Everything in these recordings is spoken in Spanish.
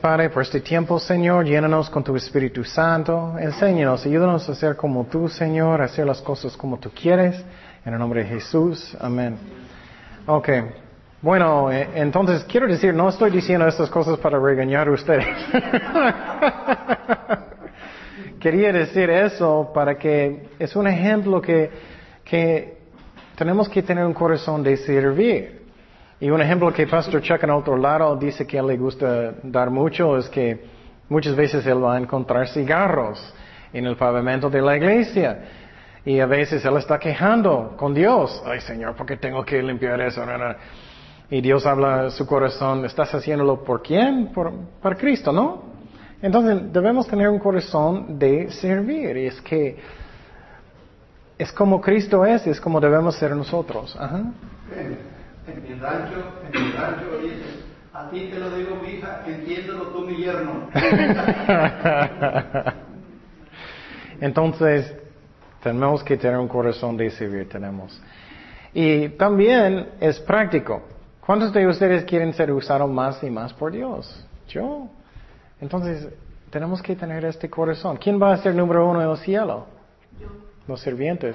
Padre, por este tiempo, Señor. Llénanos con tu Espíritu Santo. Enséñanos, ayúdanos a ser como tú, Señor, a hacer las cosas como tú quieres. En el nombre de Jesús. Amén. Ok. Bueno, entonces quiero decir, no estoy diciendo estas cosas para regañar a ustedes. Quería decir eso para que es un ejemplo que tenemos que tener un corazón de servir. Y un ejemplo que Pastor Chuck en otro lado dice que a él le gusta dar mucho es que muchas veces él va a encontrar cigarros en el pavimento de la iglesia. Y a veces él está quejando con Dios. Ay, Señor, ¿por qué tengo que limpiar eso? No, no. Y Dios habla a su corazón. ¿Estás haciéndolo por quién? Para Cristo, ¿no? Entonces debemos tener un corazón de servir. Y es que es como Cristo es como debemos ser nosotros. Ajá. En mi rancho dice, a ti te lo digo, mi hija, entiéndelo tú, mi yerno. Entonces, tenemos que tener un corazón de servir, tenemos. Y también es práctico. ¿Cuántos de ustedes quieren ser usados más y más por Dios? Yo. Entonces, tenemos que tener este corazón. ¿Quién va a ser número uno en el cielo? Yo. Los sirvientes.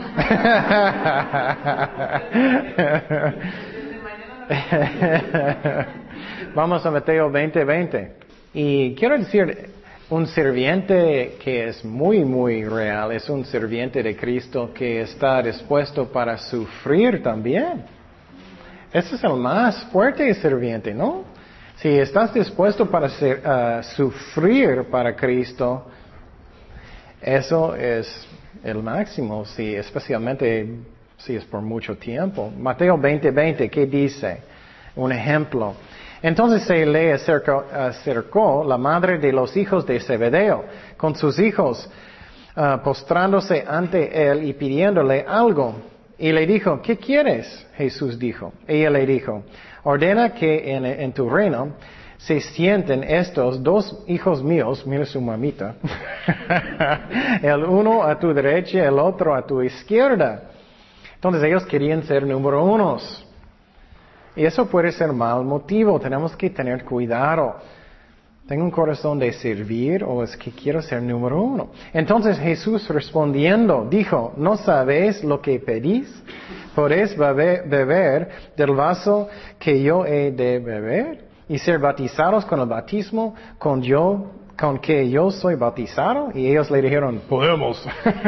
Vamos a Mateo 20:20. Y quiero decir, un sirviente que es muy, muy real, es un sirviente de Cristo que está dispuesto para sufrir también. Ese es el más fuerte sirviente, ¿no? Si estás dispuesto para sufrir para Cristo, eso es el máximo, sí, especialmente si es por mucho tiempo. Mateo 20:20, ¿qué dice? Un ejemplo. Entonces se le acercó la madre de los hijos de Zebedeo con sus hijos, postrándose ante él y pidiéndole algo. Y le dijo, ¿qué quieres? Jesús dijo. Ella le dijo, ordena que en tu reino se sienten estos dos hijos míos, mira su mamita, el uno a tu derecha, el otro a tu izquierda. Entonces ellos querían ser número unos. Y eso puede ser mal motivo. Tenemos que tener cuidado. ¿Tengo un corazón de servir o es que quiero ser número uno? Entonces Jesús respondiendo dijo, ¿no sabéis lo que pedís? ¿Podéis beber del vaso que yo he de beber? ¿Y ser bautizados con el bautismo con que yo soy bautizado? Y ellos le dijeron, podemos.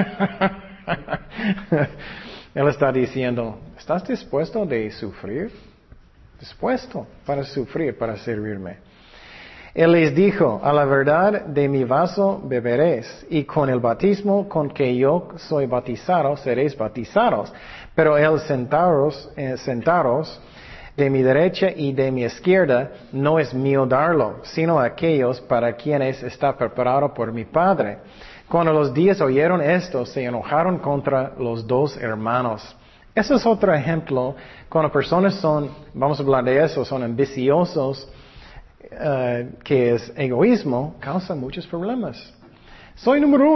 Él está diciendo, ¿estás dispuesto de sufrir? Dispuesto para sufrir, para servirme. Él les dijo, a la verdad de mi vaso beberéis, y con el bautismo con que yo soy bautizado, seréis bautizados. Pero el sentaros de mi derecha y de mi izquierda no es mío darlo, sino aquellos para quienes está preparado por mi Padre. Cuando los 10 oyeron esto, se enojaron contra los dos hermanos. Ese es otro ejemplo, cuando personas son, vamos a hablar de eso, son ambiciosos, que es egoísmo, causa muchos problemas. Soy número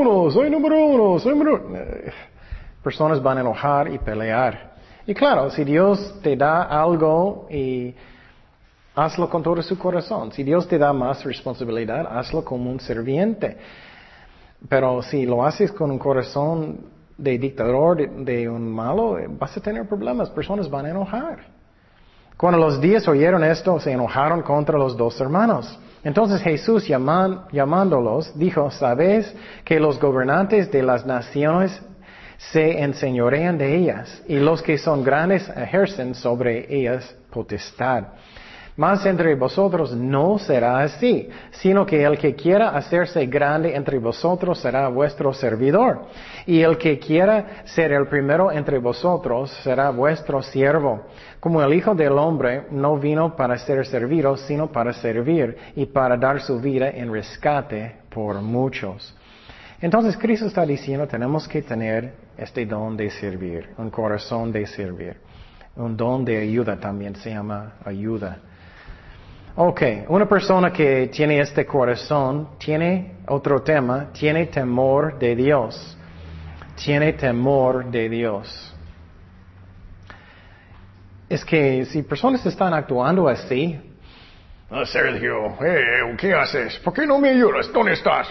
uno. Personas van a enojar y pelear. Y claro, si Dios te da algo y hazlo con todo su corazón. Si Dios te da más responsabilidad, hazlo como un sirviente. Pero si lo haces con un corazón de dictador, de un malo, vas a tener problemas. Personas van a enojar. Cuando los 10 oyeron esto, se enojaron contra los dos hermanos. Entonces Jesús, llamándolos, dijo, ¿sabéis que los gobernantes de las naciones se enseñorean de ellas, y los que son grandes ejercen sobre ellas potestad? Mas entre vosotros no será así, sino que el que quiera hacerse grande entre vosotros será vuestro servidor, y el que quiera ser el primero entre vosotros será vuestro siervo. Como el Hijo del Hombre no vino para ser servido, sino para servir y para dar su vida en rescate por muchos. Entonces Cristo está diciendo, tenemos que tener este don de servir, un corazón de servir. Un don de ayuda también se llama ayuda. Ok, una persona que tiene este corazón tiene otro tema, tiene temor de Dios. Tiene temor de Dios. Es que si personas están actuando así, "Oh, Sergio, ¿qué haces? ¿Por qué no me ayudas? ¿Dónde estás?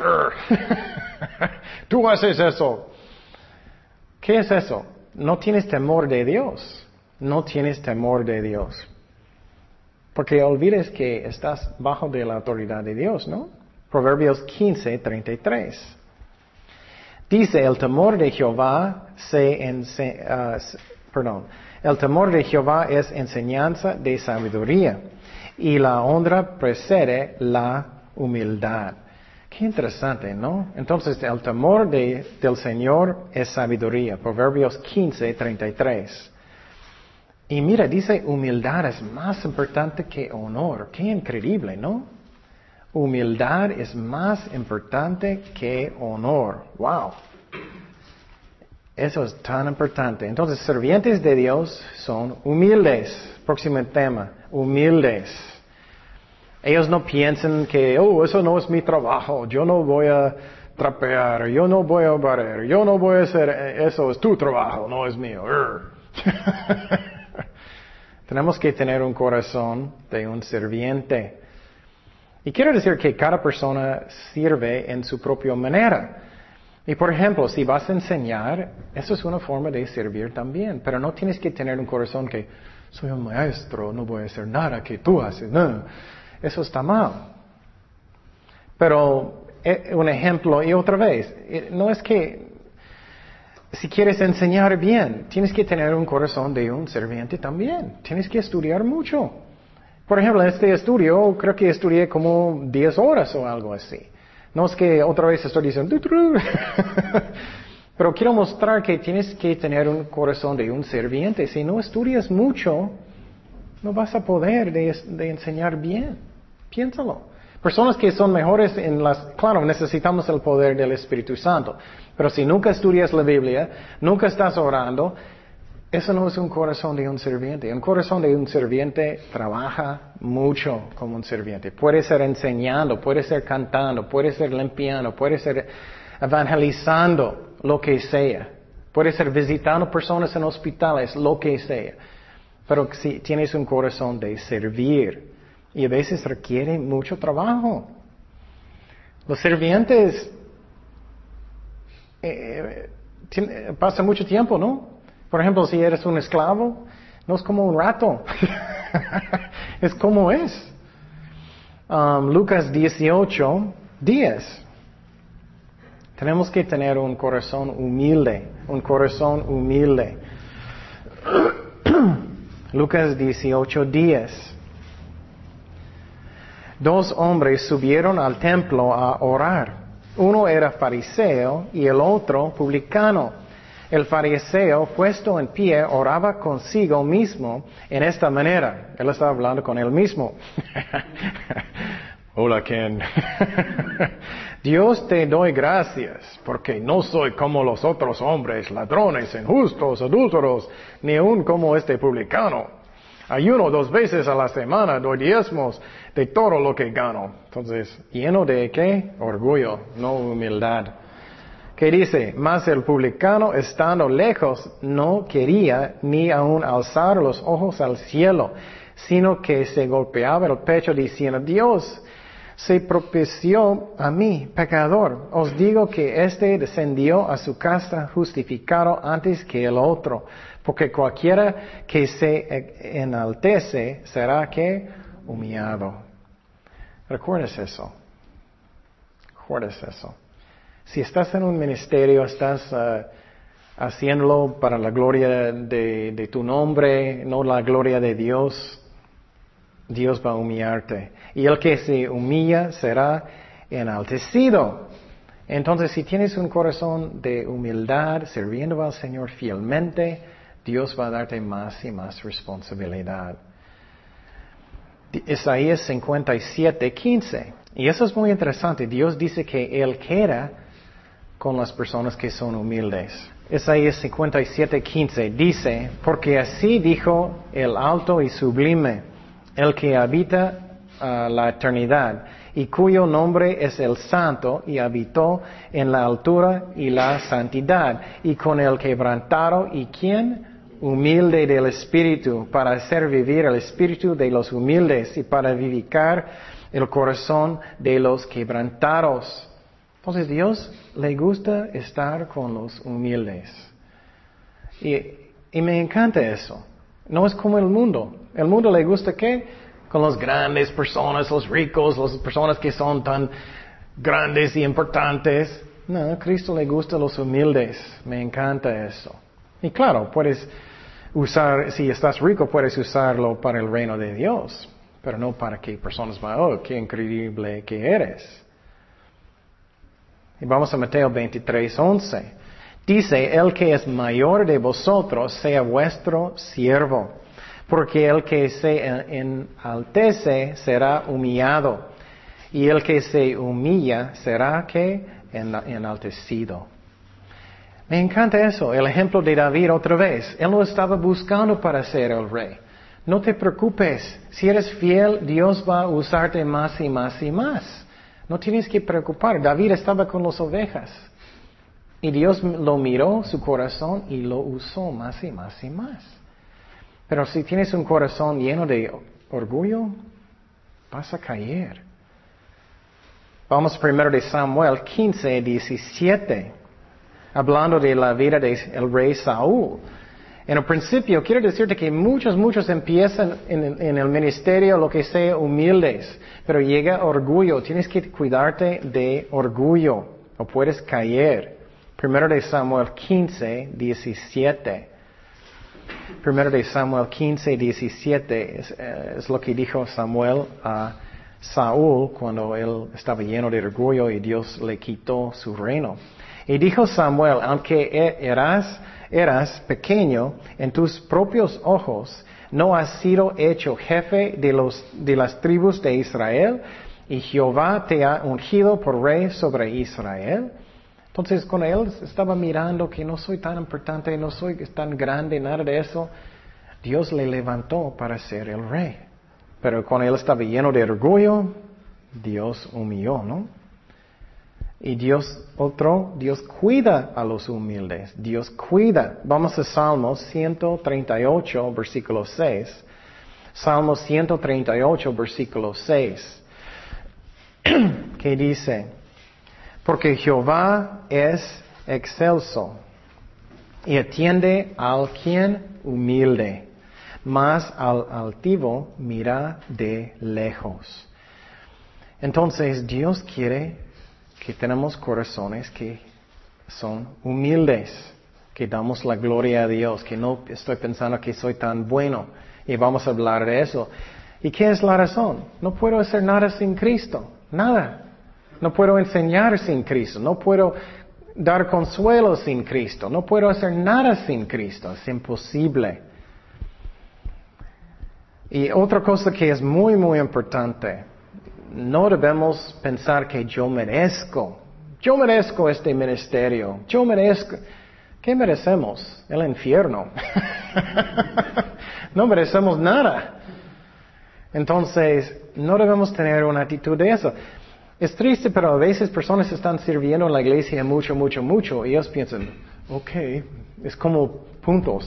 Tú haces eso. ¿Qué es eso? No tienes temor de Dios. No tienes temor de Dios. Porque olvides que estás bajo de la autoridad de Dios, ¿no? Proverbios 15:33. Dice, el temor de Jehová el temor de Jehová es enseñanza de sabiduría, y la honra precede la humildad. Qué interesante, ¿no? Entonces, el temor del Señor es sabiduría. Proverbios 15:33. Y mira, dice, humildad es más importante que honor. Qué increíble, ¿no? Humildad es más importante que honor. ¡Wow! Eso es tan importante. Entonces, sirvientes de Dios son humildes. Próximo tema, humildes. Ellos no piensan que, eso no es mi trabajo, yo no voy a trapear, yo no voy a barrer, yo no voy a hacer, eso es tu trabajo, no es mío. Tenemos que tener un corazón de un sirviente. Y quiero decir que cada persona sirve en su propia manera. Y por ejemplo, si vas a enseñar, eso es una forma de servir también. Pero no tienes que tener un corazón que, soy un maestro, no voy a hacer nada que tú haces. No, eso está mal. Pero un ejemplo, y otra vez, no es que si quieres enseñar bien, tienes que tener un corazón de un sirviente también. Tienes que estudiar mucho. Por ejemplo, en este estudio, creo que estudié como 10 horas o algo así. No es que otra vez estoy diciendo, pero quiero mostrar que tienes que tener un corazón de un sirviente. Si no estudias mucho, no vas a poder de enseñar bien. Piénsalo. Personas que son mejores claro, necesitamos el poder del Espíritu Santo. Pero si nunca estudias la Biblia, nunca estás orando, eso no es un corazón de un sirviente. Un corazón de un sirviente trabaja mucho como un sirviente. Puede ser enseñando, puede ser cantando, puede ser limpiando, puede ser evangelizando, lo que sea. Puede ser visitando personas en hospitales, lo que sea. Pero si tienes un corazón de servir, y a veces requiere mucho trabajo. Los sirvientes pasa mucho tiempo, ¿no? Por ejemplo, si eres un esclavo, no es como un rato. Es como es. Lucas 18:10. Tenemos que tener un corazón humilde. Un corazón humilde. Lucas 18:10. 2 hombres subieron al templo a orar. Uno era fariseo y el otro publicano. El fariseo, puesto en pie, oraba consigo mismo en esta manera. Él estaba hablando con él mismo. Hola, Ken. Dios, te doy gracias, porque no soy como los otros hombres, ladrones, injustos, adúlteros, ni aun como este publicano. Ayuno 2 veces a la semana, doy diezmos de todo lo que gano. Entonces, ¿lleno de qué? Orgullo, no humildad. ¿Qué dice? Mas el publicano, estando lejos, no quería ni aun alzar los ojos al cielo, sino que se golpeaba el pecho diciendo, Dios, se propició a mí, pecador. Os digo que éste descendió a su casa justificado antes que el otro. Porque cualquiera que se enaltece será que humillado. ¿Recuerdas eso? ¿Recuerdas eso? Si estás en un ministerio, estás haciéndolo para la gloria de tu nombre, no la gloria de Dios, Dios va a humillarte. Y el que se humilla será enaltecido. Entonces, si tienes un corazón de humildad, sirviendo al Señor fielmente, Dios va a darte más y más responsabilidad. Isaías 57:15. Y eso es muy interesante. Dios dice que Él queda con las personas que son humildes. Isaías 57:15 dice, porque así dijo el alto y sublime, el que habita la eternidad, y cuyo nombre es el Santo, y habitó en la altura y la santidad, y con el quebrantado, ¿y quién? humilde del espíritu, para hacer vivir el espíritu de los humildes y para vivificar el corazón de los quebrantados. Entonces Dios le gusta estar con los humildes. Y me encanta eso. No es como el mundo. El mundo le gusta ¿qué? Con las grandes personas, los ricos, las personas que son tan grandes y importantes. No, a Cristo le gusta los humildes. Me encanta eso. Y claro, puedes usar, si estás rico, puedes usarlo para el reino de Dios. Pero no para que personas vayan, oh, qué increíble que eres. Y vamos a Mateo 23:11. Dice, el que es mayor de vosotros sea vuestro siervo, porque el que se enaltece será humillado, y el que se humilla será que enaltecido. Me encanta eso, el ejemplo de David otra vez. Él lo estaba buscando para ser el rey. No te preocupes, si eres fiel, Dios va a usarte más y más y más. No tienes que preocupar. David estaba con las ovejas. Y Dios lo miró, su corazón, y lo usó más y más y más. Pero si tienes un corazón lleno de orgullo, vas a caer. Vamos primero de Samuel 15:17, hablando de la vida del rey Saúl. En el principio, quiero decirte que muchos empiezan en el ministerio, lo que sea, humildes, pero llega orgullo. Tienes que cuidarte de orgullo, o puedes caer. Primero de Samuel 15:17. Primero de Samuel 15:17 es lo que dijo Samuel a Saúl cuando él estaba lleno de orgullo y Dios le quitó su reino. Y dijo Samuel, aunque eras pequeño en tus propios ojos, ¿no has sido hecho jefe de las tribus de Israel? Y Jehová te ha ungido por rey sobre Israel. Entonces, cuando él estaba mirando que no soy tan importante, no soy tan grande, nada de eso, Dios le levantó para ser el rey. Pero cuando él estaba lleno de orgullo, Dios humilló, ¿no? Y Dios cuida a los humildes. Dios cuida. Vamos a Salmos 138, versículo 6. Salmos 138, versículo 6. ¿Qué dice? Porque Jehová es excelso y atiende al quien humilde, mas al altivo mira de lejos. Entonces Dios quiere que tenemos corazones que son humildes, que damos la gloria a Dios, que no estoy pensando que soy tan bueno. Y vamos a hablar de eso. ¿Y qué es la razón? No puedo hacer nada sin Cristo, nada. No puedo enseñar sin Cristo, no puedo dar consuelo sin Cristo, no puedo hacer nada sin Cristo, es imposible. Y otra cosa que es muy, muy importante, no debemos pensar que yo merezco este ministerio, yo merezco. ¿Qué merecemos? El infierno. No merecemos nada. Entonces, no debemos tener una actitud de eso. Es triste, pero a veces personas están sirviendo en la iglesia mucho, y ellos piensan, ok, es como puntos.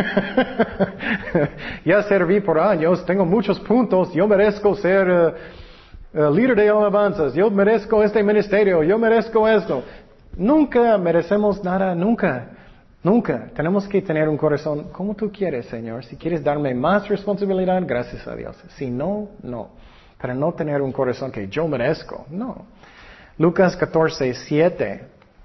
Ya serví por años, tengo muchos puntos, yo merezco ser líder de alabanzas, yo merezco este ministerio, yo merezco esto. Nunca merecemos nada, nunca. Tenemos que tener un corazón como tú quieres, Señor. Si quieres darme más responsabilidad, gracias a Dios. Si no, no. Para no tener un corazón que yo merezco, no. Lucas 14:7.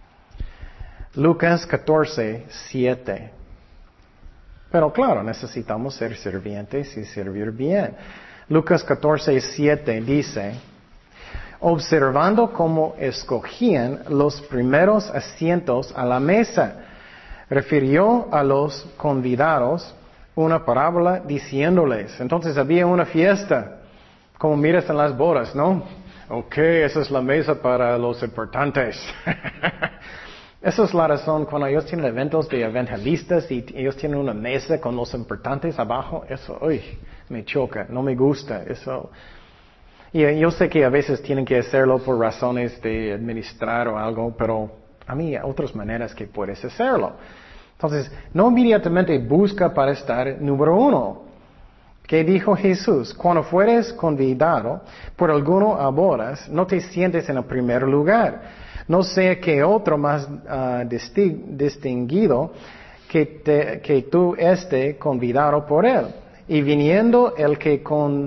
Lucas 14:7. Pero claro, necesitamos ser sirvientes y servir bien. Lucas 14:7 dice, observando cómo escogían los primeros asientos a la mesa, refirió a los convidados una parábola diciéndoles, entonces había una fiesta, como miras en las bodas, ¿no? Ok, esa es la mesa para los importantes. Esa es la razón cuando ellos tienen eventos de evangelistas y ellos tienen una mesa con los importantes abajo, eso, uy, me choca, no me gusta, eso. Y yo sé que a veces tienen que hacerlo por razones de administrar o algo, pero a mí hay otras maneras que puedes hacerlo. Entonces, no inmediatamente busca para estar número 1. ¿Qué dijo Jesús? Cuando fueres convidado por alguno a bodas, no te sientes en el primer lugar. No sea que otro más distinguido que tú esté convidado por él. Y viniendo el que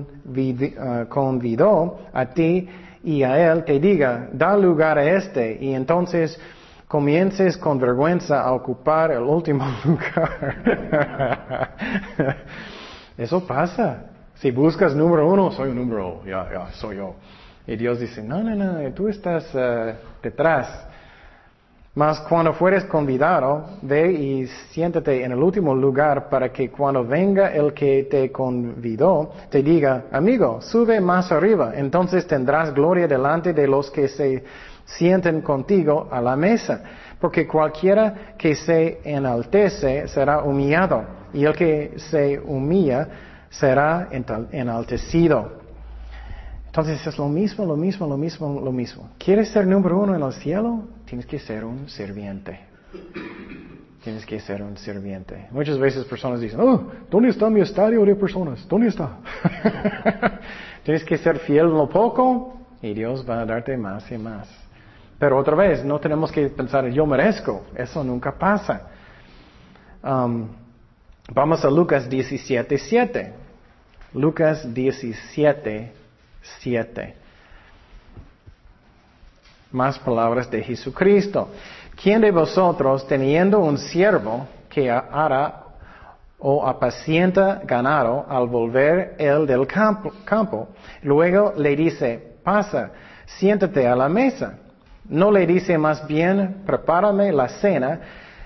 convidó a ti y a él, te diga, da lugar a este, y entonces comiences con vergüenza a ocupar el último lugar. Eso pasa. Si buscas número 1, soy un número, ya, soy yo. Y Dios dice, no, tú estás detrás. Mas cuando fueres convidado, ve y siéntate en el último lugar para que cuando venga el que te convidó, te diga, amigo, sube más arriba. Entonces tendrás gloria delante de los que se sienten contigo a la mesa. Porque cualquiera que se enaltece será humillado, y el que se humilla será enaltecido. Entonces es lo mismo. ¿Quieres ser número 1 en el cielo? Tienes que ser un sirviente. Muchas veces personas dicen, ¿dónde está mi estadio de personas? ¿Dónde está? Tienes que ser fiel en lo poco y Dios va a darte más y más. Pero otra vez, no tenemos que pensar, yo merezco. Eso nunca pasa. Vamos a Lucas 17:7. Lucas 17:7. Más palabras de Jesucristo. ¿Quién de vosotros, teniendo un siervo que ara o apacienta ganado, al volver él del campo, luego le dice, pasa, siéntate a la mesa? ¿No le dice más bien, prepárame la cena,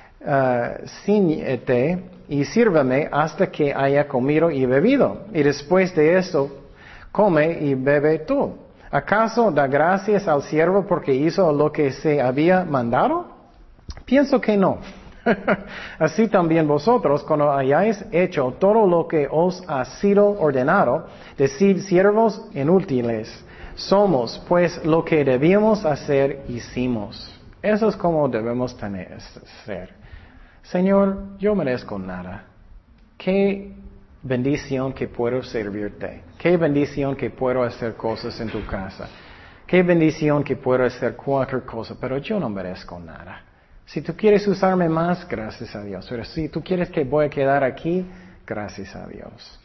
cíñete y sírvame hasta que haya comido y bebido? Y después de eso, come y bebe tú. ¿Acaso da gracias al siervo porque hizo lo que se había mandado? Pienso que no. Así también vosotros, cuando hayáis hecho todo lo que os ha sido ordenado, decid, siervos inútiles somos, pues lo que debíamos hacer, hicimos. Eso es como debemos ser. Señor, yo merezco nada. Qué bendición que puedo servirte. Qué bendición que puedo hacer cosas en tu casa. Qué bendición que puedo hacer cualquier cosa, pero yo no merezco nada. Si tú quieres usarme más, gracias a Dios. Pero si tú quieres que voy a quedar aquí, gracias a Dios.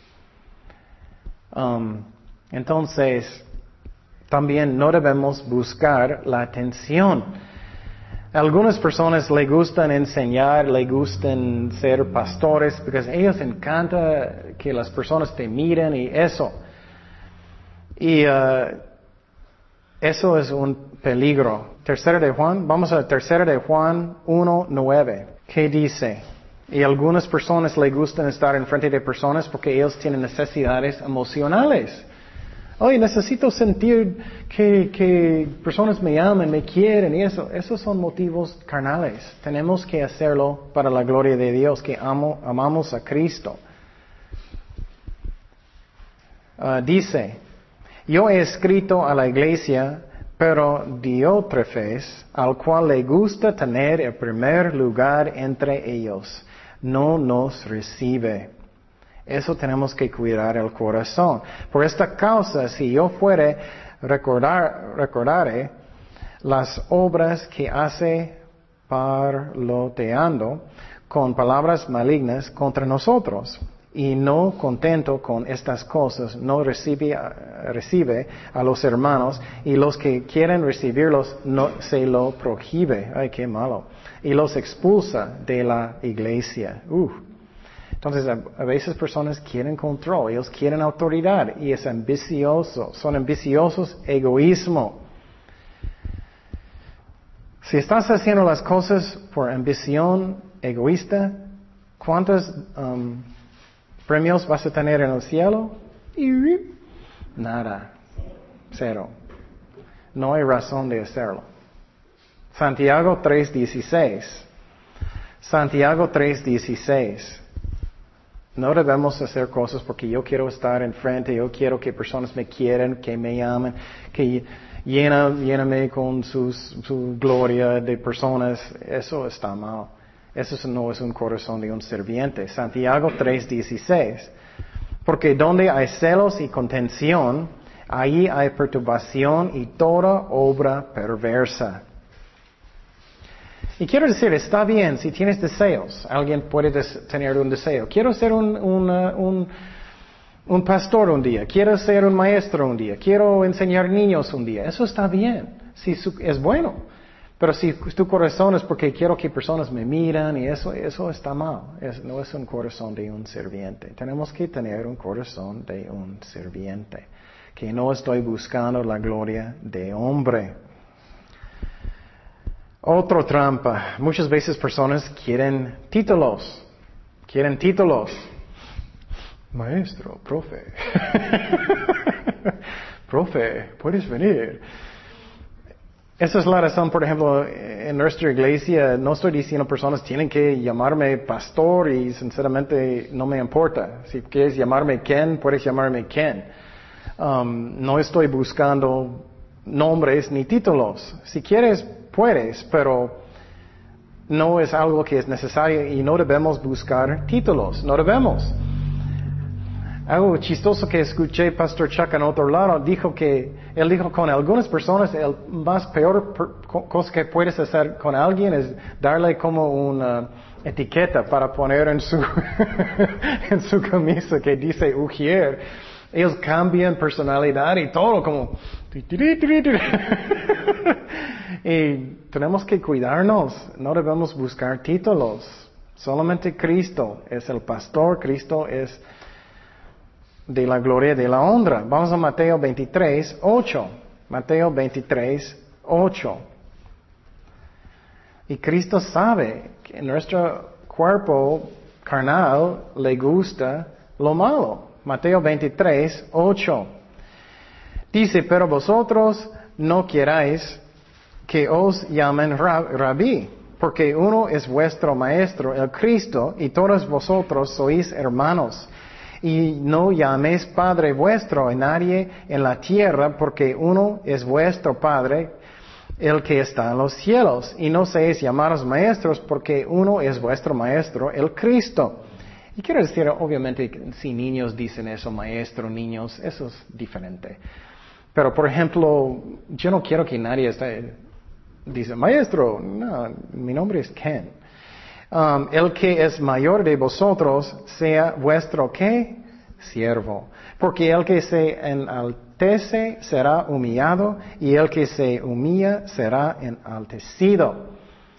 Entonces, también no debemos buscar la atención. Algunas personas le gustan enseñar, le gustan ser pastores, porque a ellos encanta que las personas te miren y eso. Y eso es un peligro. Vamos a 3 de Juan 1:9. ¿Qué dice? Y algunas personas le gustan estar enfrente de personas porque ellos tienen necesidades emocionales. Necesito sentir que personas me aman, me quieren, y eso. Esos son motivos carnales. Tenemos que hacerlo para la gloria de Dios, que amamos a Cristo. Dice, yo he escrito a la iglesia, pero Diótrefes, al cual le gusta tener el primer lugar entre ellos, no nos recibe. Eso tenemos que cuidar el corazón. Por esta causa, si yo fuere, recordaré las obras que hace parloteando con palabras malignas contra nosotros. Y no contento con estas cosas, no recibe a los hermanos, y los que quieren recibirlos no se lo prohíbe. Ay, qué malo. Y los expulsa de la iglesia. Entonces, a veces personas quieren control, ellos quieren autoridad, y es ambicioso, son ambiciosos, egoísmo. Si estás haciendo las cosas por ambición egoísta, ¿cuántos premios vas a tener en el cielo? Nada. 0. No hay razón de hacerlo. Santiago 3:16. Santiago 3:16. No debemos hacer cosas porque yo quiero estar enfrente, yo quiero que personas me quieran, que me amen, que lléname con su gloria de personas. Eso está mal. Eso no es un corazón de un sirviente. Santiago 3:16. Porque donde hay celos y contención, ahí hay perturbación y toda obra perversa. Y quiero decir, está bien si tienes deseos. Alguien puede tener un deseo. Quiero ser un pastor un día. Quiero ser un maestro un día. Quiero enseñar niños un día. Eso está bien. Si es bueno. Pero si tu corazón es porque quiero que personas me miran y eso está mal. No es un corazón de un sirviente. Tenemos que tener un corazón de un sirviente. Que no estoy buscando la gloria de hombre. Otra trampa. Muchas veces personas quieren títulos. Maestro, profe. Profe, puedes venir. Esa es la razón, por ejemplo, en nuestra iglesia no estoy diciendo personas tienen que llamarme pastor y sinceramente no me importa. Si quieres llamarme Ken, puedes llamarme Ken. No estoy buscando nombres ni títulos. Si quieres, puedes, pero no es algo que es necesario y no debemos buscar títulos. No debemos. Algo chistoso que escuché Pastor Chuck en otro lado, él dijo con algunas personas, el más peor cosa que puedes hacer con alguien es darle como una etiqueta para poner en su, en su camisa que dice Ujier. Ellos cambian personalidad y todo como... Y tenemos que cuidarnos, no debemos buscar títulos. Solamente Cristo es el pastor, Cristo es... de la gloria de la honra. Vamos a Mateo 23:8. Mateo 23:8. Y Cristo sabe que en nuestro cuerpo carnal le gusta lo malo. Mateo 23:8. Dice, pero vosotros no queráis que os llamen rabí, porque uno es vuestro maestro, el Cristo, y todos vosotros sois hermanos. Y no llaméis Padre vuestro a nadie en la tierra, porque uno es vuestro Padre, el que está en los cielos. Y no seáis llamados maestros, porque uno es vuestro Maestro, el Cristo. Y quiero decir, obviamente, si niños dicen eso, maestro, niños, eso es diferente. Pero, por ejemplo, yo no quiero que nadie dice, maestro, no, mi nombre es Ken. El que es mayor de vosotros sea vuestro ¿qué? Siervo. Porque el que se enaltece será humillado y el que se humilla será enaltecido.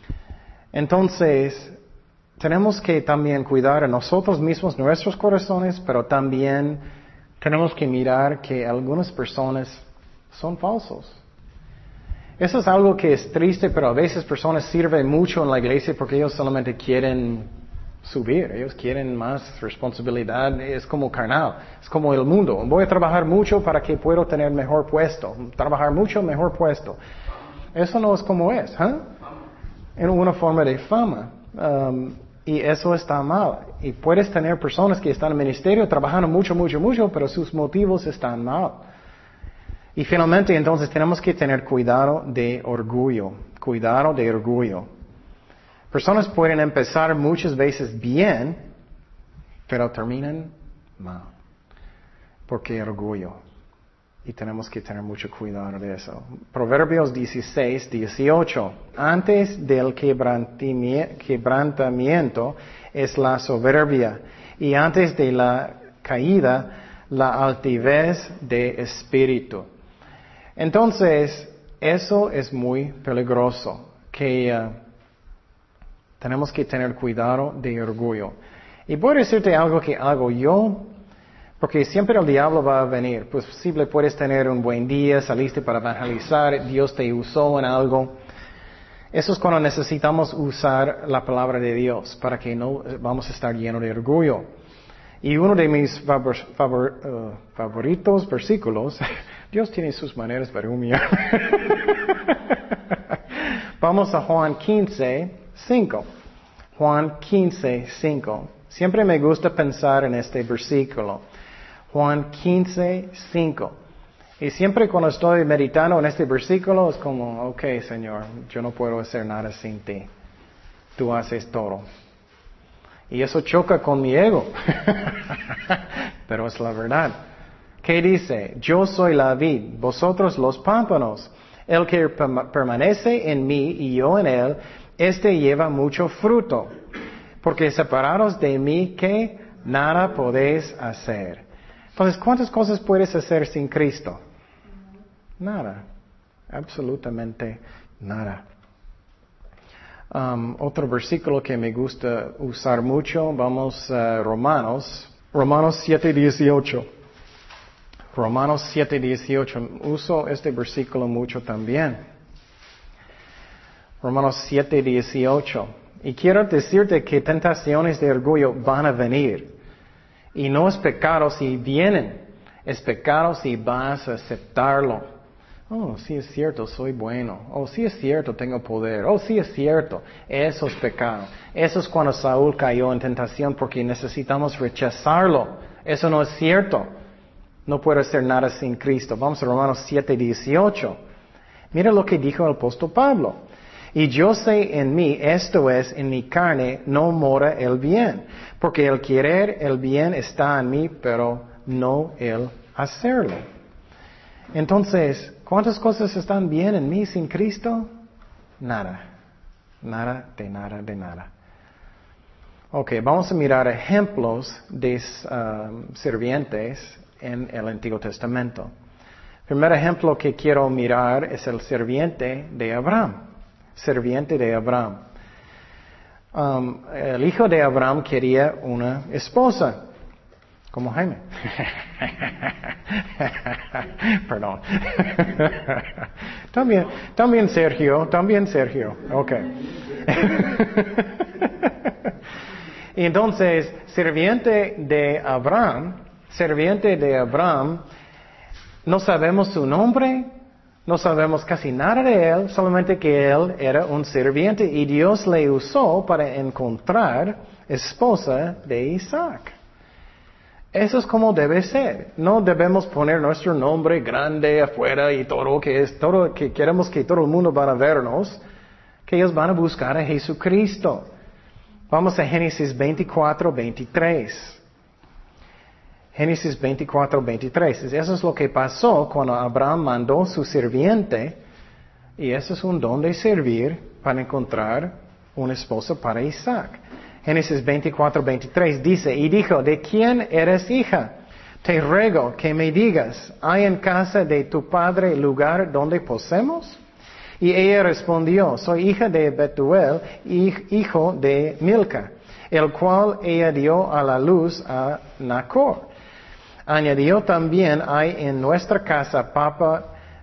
Entonces, tenemos que también cuidar a nosotros mismos, nuestros corazones, pero también tenemos que mirar que algunas personas son falsos. Eso es algo que es triste, pero a veces personas sirven mucho en la iglesia porque ellos solamente quieren subir, ellos quieren más responsabilidad, es como carnal, es como el mundo. Voy a trabajar mucho para que pueda tener mejor puesto, trabajar mucho, mejor puesto. Eso no es como es, ¿eh? En una forma de fama. Y eso está mal. Y puedes tener personas que están en el ministerio trabajando mucho, pero sus motivos están mal. Y finalmente, entonces, tenemos que tener cuidado de orgullo. Cuidado de orgullo. Personas pueden empezar muchas veces bien, pero terminan mal. Porque orgullo. Y tenemos que tener mucho cuidado de eso. Proverbios 16:18. Antes del quebrantamiento es la soberbia. Y antes de la caída, la altivez de espíritu. Entonces, eso es muy peligroso, que tenemos que tener cuidado de orgullo. Y voy a decirte algo que hago yo, porque siempre el diablo va a venir. Pues posible puedes tener un buen día, saliste para evangelizar, Dios te usó en algo. Eso es cuando necesitamos usar la palabra de Dios, para que no vamos a estar llenos de orgullo. Y uno de mis favoritos versículos, Dios tiene sus maneras para humillar. Vamos a Juan 15:5. Juan 15:5. Siempre me gusta pensar en este versículo. Juan 15:5. Y siempre cuando estoy meditando en este versículo es como, ok, Señor, yo no puedo hacer nada sin ti. tú haces todo. Y eso choca con mi ego. Pero es la verdad. ¿Qué dice? Yo soy la vid, vosotros los pámpanos. El que permanece en mí y yo en él, este lleva mucho fruto. Porque separados de mí, ¿qué? Nada podéis hacer. Entonces, ¿cuántas cosas puedes hacer sin Cristo? Nada. Absolutamente nada. Otro versículo que me gusta usar mucho, vamos a Romanos 7:18. Romanos 7:18. Uso este versículo mucho también. Romanos 7:18. Y quiero decirte que tentaciones de orgullo van a venir. Y no es pecado si vienen. Es pecado si vas a aceptarlo. Oh, sí es cierto, soy bueno. Oh, sí es cierto, tengo poder. Oh, sí es cierto, eso es pecado. Eso es cuando Saúl cayó en tentación porque necesitamos rechazarlo. Eso no es cierto. No puedo hacer nada sin Cristo. Vamos a Romanos 7:18. Mira lo que dijo el apóstol Pablo. Y yo sé en mí, esto es, en mi carne, no mora el bien. Porque el querer el bien está en mí, pero no el hacerlo. Entonces, ¿cuántas cosas están bien en mí sin Cristo? Nada. Nada, de nada, de nada. Ok, vamos a mirar ejemplos de sirvientes en el Antiguo Testamento. El primer ejemplo que quiero mirar es el sirviente de Abraham. Sirviente de Abraham. El hijo de Abraham quería una esposa. Como Jaime. Perdón. También Sergio. Ok. Y entonces, sirviente de Abraham, no sabemos su nombre, no sabemos casi nada de él, solamente que él era un sirviente y Dios le usó para encontrar esposa de Isaac. Eso es como debe ser. No debemos poner nuestro nombre grande afuera y todo que queremos que todo el mundo van a vernos, que ellos van a buscar a Jesucristo. Vamos a Génesis 24:23. Génesis 24:23. Eso es lo que pasó cuando Abraham mandó su sirviente, y eso es un don de servir para encontrar una esposa para Isaac. Génesis 24:23 dice, y dijo, ¿de quién eres hija? Te ruego que me digas, ¿hay en casa de tu padre lugar donde posemos? Y ella respondió, soy hija de Betuel, hijo de Milca, el cual ella dio a la luz a Nacor. Añadió también, hay en nuestra casa papa...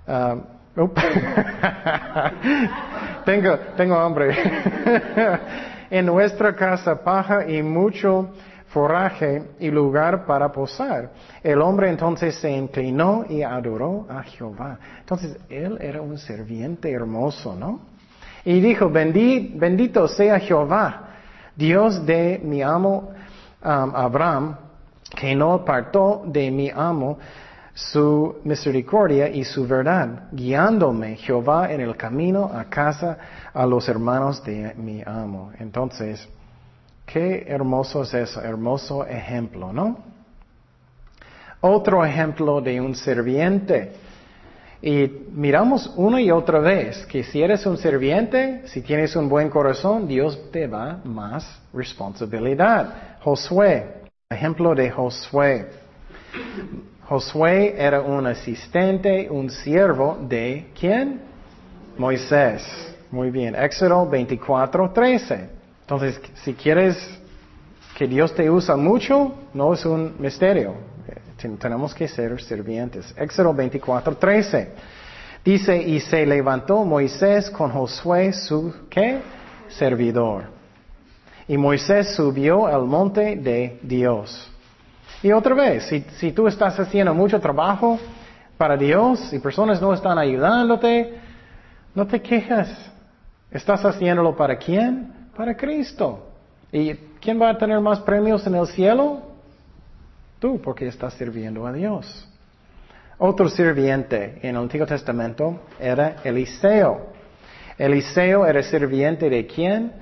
tengo hambre. En nuestra casa paja y mucho forraje y lugar para posar. El hombre entonces se inclinó y adoró a Jehová. Entonces, él era un sirviente hermoso, ¿no? Y dijo, bendito sea Jehová, Dios de mi amo Abraham, que no apartó de mi amo su misericordia y su verdad, guiándome Jehová en el camino a casa a los hermanos de mi amo. Entonces, qué hermoso es eso, hermoso ejemplo, ¿no? Otro ejemplo de un sirviente. Y miramos una y otra vez que si eres un sirviente, si tienes un buen corazón, Dios te da más responsabilidad. Josué, ejemplo de Josué. Josué era un asistente, un siervo de ¿quién? Moisés. Muy bien. Éxodo 24:13. Entonces, si quieres que Dios te usa mucho, no es un misterio. Tenemos que ser sirvientes. Éxodo 24:13. Dice, y se levantó Moisés con Josué su, ¿qué? Servidor. Y Moisés subió al monte de Dios. Y otra vez, si tú estás haciendo mucho trabajo para Dios y personas no están ayudándote, no te quejas. ¿Estás haciéndolo para quién? Para Cristo. ¿Y quién va a tener más premios en el cielo? Tú, porque estás sirviendo a Dios. Otro sirviente en el Antiguo Testamento era Eliseo. Eliseo era sirviente de quién?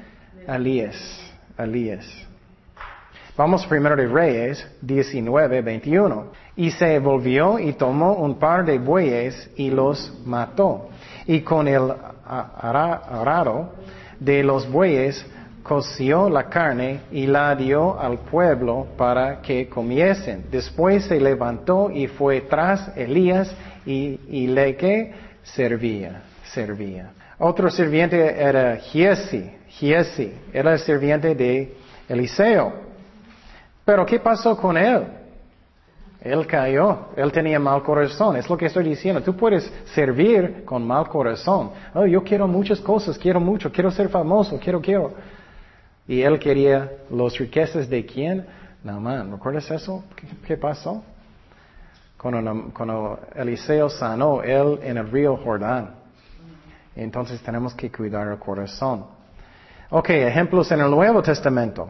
Elías. Vamos primero de Reyes 19:21. Y se volvió y tomó un par de bueyes y los mató. Y con el arado de los bueyes coció la carne y la dio al pueblo para que comiesen. Después se levantó y fue tras Elías y le que servía. Otro sirviente era Giesi, era el sirviente de Eliseo. Pero ¿qué pasó con él? Él cayó, él tenía mal corazón, es lo que estoy diciendo. Tú puedes servir con mal corazón. Oh, yo quiero muchas cosas, quiero mucho, quiero ser famoso, quiero. Y él quería las riquezas de quién? Naamán. ¿Recuerdas eso? ¿Qué pasó? Cuando Eliseo sanó él en el río Jordán. Entonces tenemos que cuidar el corazón. Ok, ejemplos en el Nuevo Testamento.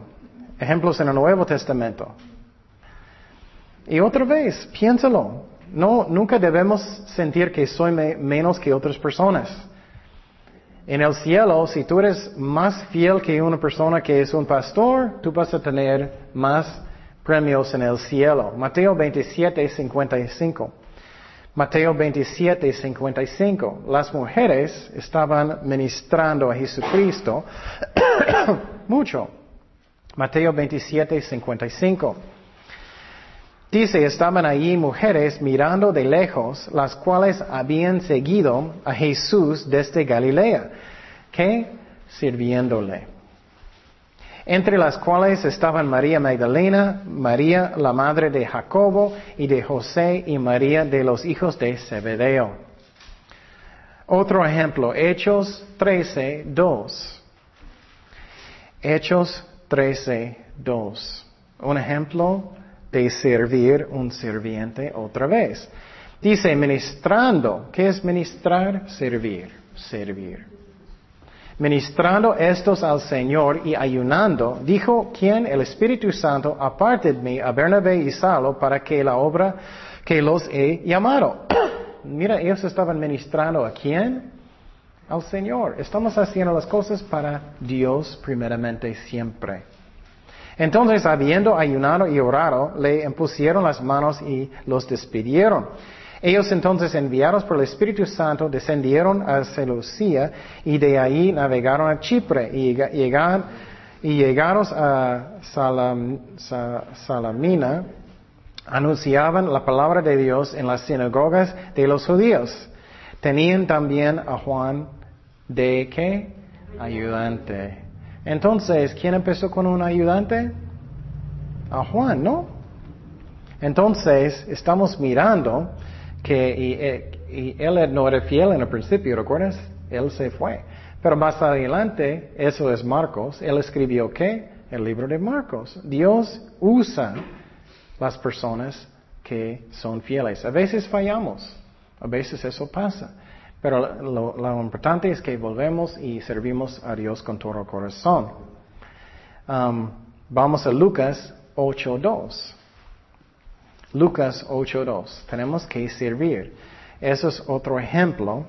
Y otra vez, piénsalo. No, nunca debemos sentir que soy menos que otras personas. En el cielo, si tú eres más fiel que una persona que es un pastor, tú vas a tener más premios en el cielo. Mateo 27:55. Mateo 27:55. Las mujeres estaban ministrando a Jesucristo mucho. Mateo 27:55. Dice, estaban allí mujeres mirando de lejos, las cuales habían seguido a Jesús desde Galilea, que sirviéndole. Entre las cuales estaban María Magdalena, María la madre de Jacobo y de José y María de los hijos de Zebedeo. Otro ejemplo, Hechos 13:2. Hechos 13:2. Un ejemplo de servir un sirviente otra vez. Dice, ministrando. ¿Qué es ministrar? Servir. Ministrando estos al Señor y ayunando, dijo, ¿quién? El Espíritu Santo, apártenme a Bernabé y Saulo para que la obra que los he llamado. Mira, ellos estaban ministrando ¿a quién? Al Señor. Estamos haciendo las cosas para Dios primeramente siempre. Entonces, habiendo ayunado y orado, le impusieron las manos y los despidieron. Ellos entonces, enviados por el Espíritu Santo, descendieron a Seleucia y de ahí navegaron a Chipre y llegados a Salamina, anunciaban la palabra de Dios en las sinagogas de los judíos. Tenían también a Juan de ¿qué? Ayudante. Entonces, ¿quién empezó con un ayudante? A Juan, ¿no? Entonces, estamos mirando que y él no era fiel en el principio, ¿recuerdas? Él se fue. Pero más adelante, eso es Marcos, él escribió ¿qué? El libro de Marcos. Dios usa las personas que son fieles. A veces fallamos, a veces eso pasa. Pero lo importante es que volvemos y servimos a Dios con todo el corazón. Vamos a Lucas 8:2. Lucas 8:2. Tenemos que servir. Eso es otro ejemplo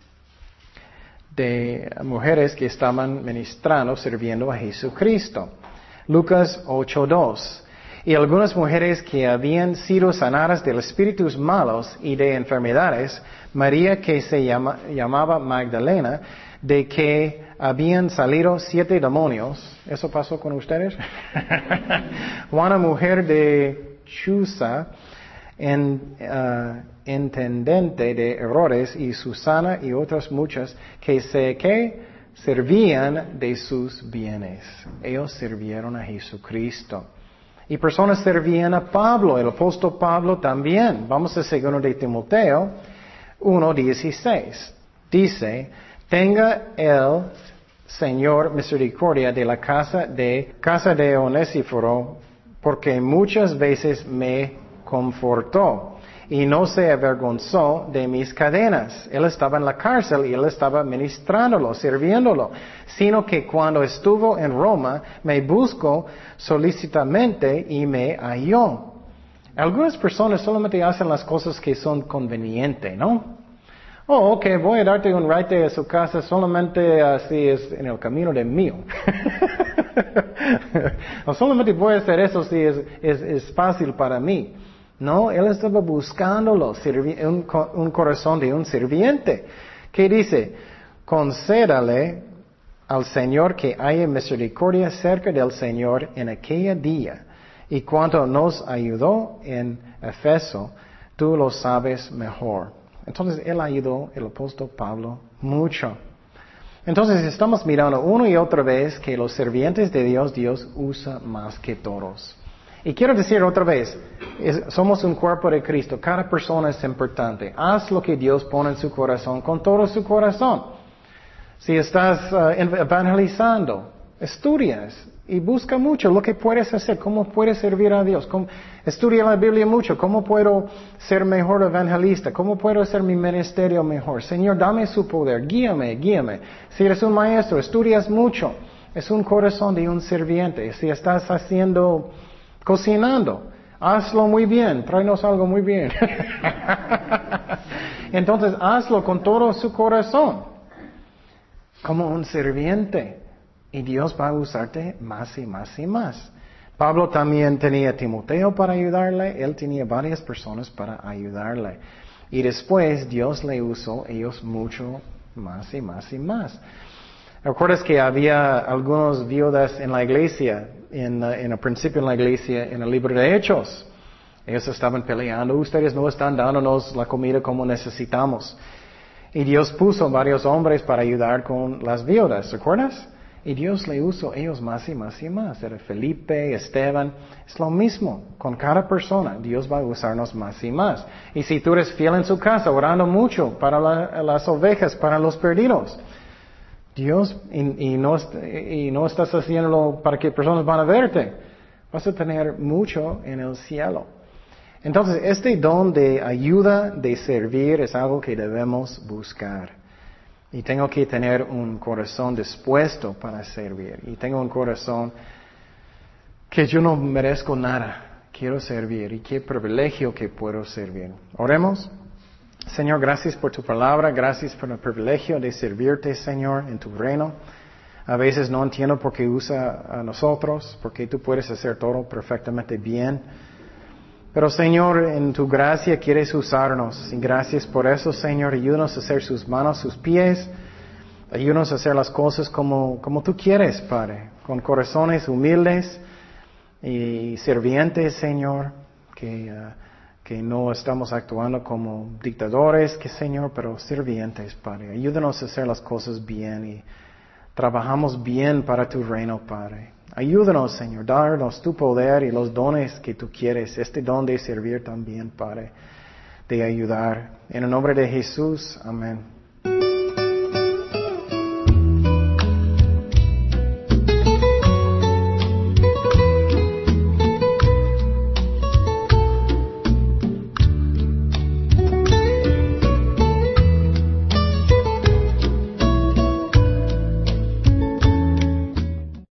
de mujeres que estaban ministrando, sirviendo a Jesucristo. Lucas 8:2. Y algunas mujeres que habían sido sanadas de espíritus malos y de enfermedades, María que se llamaba Magdalena, de que habían salido 7 demonios. ¿Eso pasó con ustedes? Juana, mujer de Chuza, intendente de Herodes, y Susana y otras muchas que servían de sus bienes. Ellos sirvieron a Jesucristo. Y personas servían a Pablo, el apóstol Pablo también. Vamos a 2 de Timoteo 1:16. Dice, tenga el Señor misericordia de la casa de Onesíforo, porque muchas veces me confortó y no se avergonzó de mis cadenas. Él estaba en la cárcel y él estaba ministrándolo, sirviéndolo, sino que cuando estuvo en Roma me buscó solicitamente y me halló. Algunas personas solamente hacen las cosas que son convenientes, ¿no? Oh, ok, voy a darte un ride a su casa, solamente así es en el camino de mío. O solamente voy a hacer eso si es fácil para mí. No, él estaba buscándolo, un corazón de un sirviente. ¿Qué dice? Concédale al Señor que haya misericordia cerca del Señor en aquel día. Y cuanto nos ayudó en Efeso, tú lo sabes mejor. Entonces él ayudó, el apóstol Pablo, mucho. Entonces estamos mirando una y otra vez que los sirvientes de Dios usa más que todos. Y quiero decir otra vez, somos un cuerpo de Cristo, cada persona es importante. Haz lo que Dios pone en su corazón con todo su corazón. Si estás evangelizando, estudias y busca mucho lo que puedes hacer, cómo puedes servir a Dios. Estudia la Biblia mucho, cómo puedo ser mejor evangelista, cómo puedo hacer mi ministerio mejor. Señor, dame su poder, guíame. Si eres un maestro, estudias mucho. Es un corazón de un sirviente. Si estás cocinando, hazlo muy bien, tráenos algo muy bien. Entonces, hazlo con todo su corazón, como un sirviente. Y Dios va a usarte más y más y más. Pablo también tenía a Timoteo para ayudarle, él tenía varias personas para ayudarle. Y después Dios le usó ellos mucho más y más y más. ¿Recuerdas que había algunos viudas en la iglesia, en el principio en la iglesia, en el libro de Hechos? Ellos estaban peleando, ustedes no están dándonos la comida como necesitamos. Y Dios puso varios hombres para ayudar con las viudas, ¿recuerdas? Y Dios le usó ellos más y más y más. Era Felipe, Esteban. Es lo mismo con cada persona. Dios va a usarnos más y más. Y si tú eres fiel en su casa, orando mucho para las ovejas, para los perdidos, Dios, y no estás haciéndolo para que personas van a verte, vas a tener mucho en el cielo. Entonces, este don de ayuda, de servir, es algo que debemos buscar. Y tengo que tener un corazón dispuesto para servir. Y tengo un corazón que yo no merezco nada. Quiero servir. Y qué privilegio que puedo servir. Oremos. Señor, gracias por tu palabra. Gracias por el privilegio de servirte, Señor, en tu reino. A veces no entiendo por qué usa a nosotros, porque tú puedes hacer todo perfectamente bien. Pero Señor, en tu gracia quieres usarnos. Y gracias por eso, Señor. Ayúdanos a hacer sus manos, sus pies. Ayúdanos a hacer las cosas como tú quieres, Padre. Con corazones humildes y servientes, Señor. Que no estamos actuando como dictadores, Señor, pero servientes, Padre. Ayúdanos a hacer las cosas bien y trabajamos bien para tu reino, Padre. Ayúdanos, Señor, darnos tu poder y los dones que tú quieres, este don de servir también, Padre, de ayudar. En el nombre de Jesús, amén.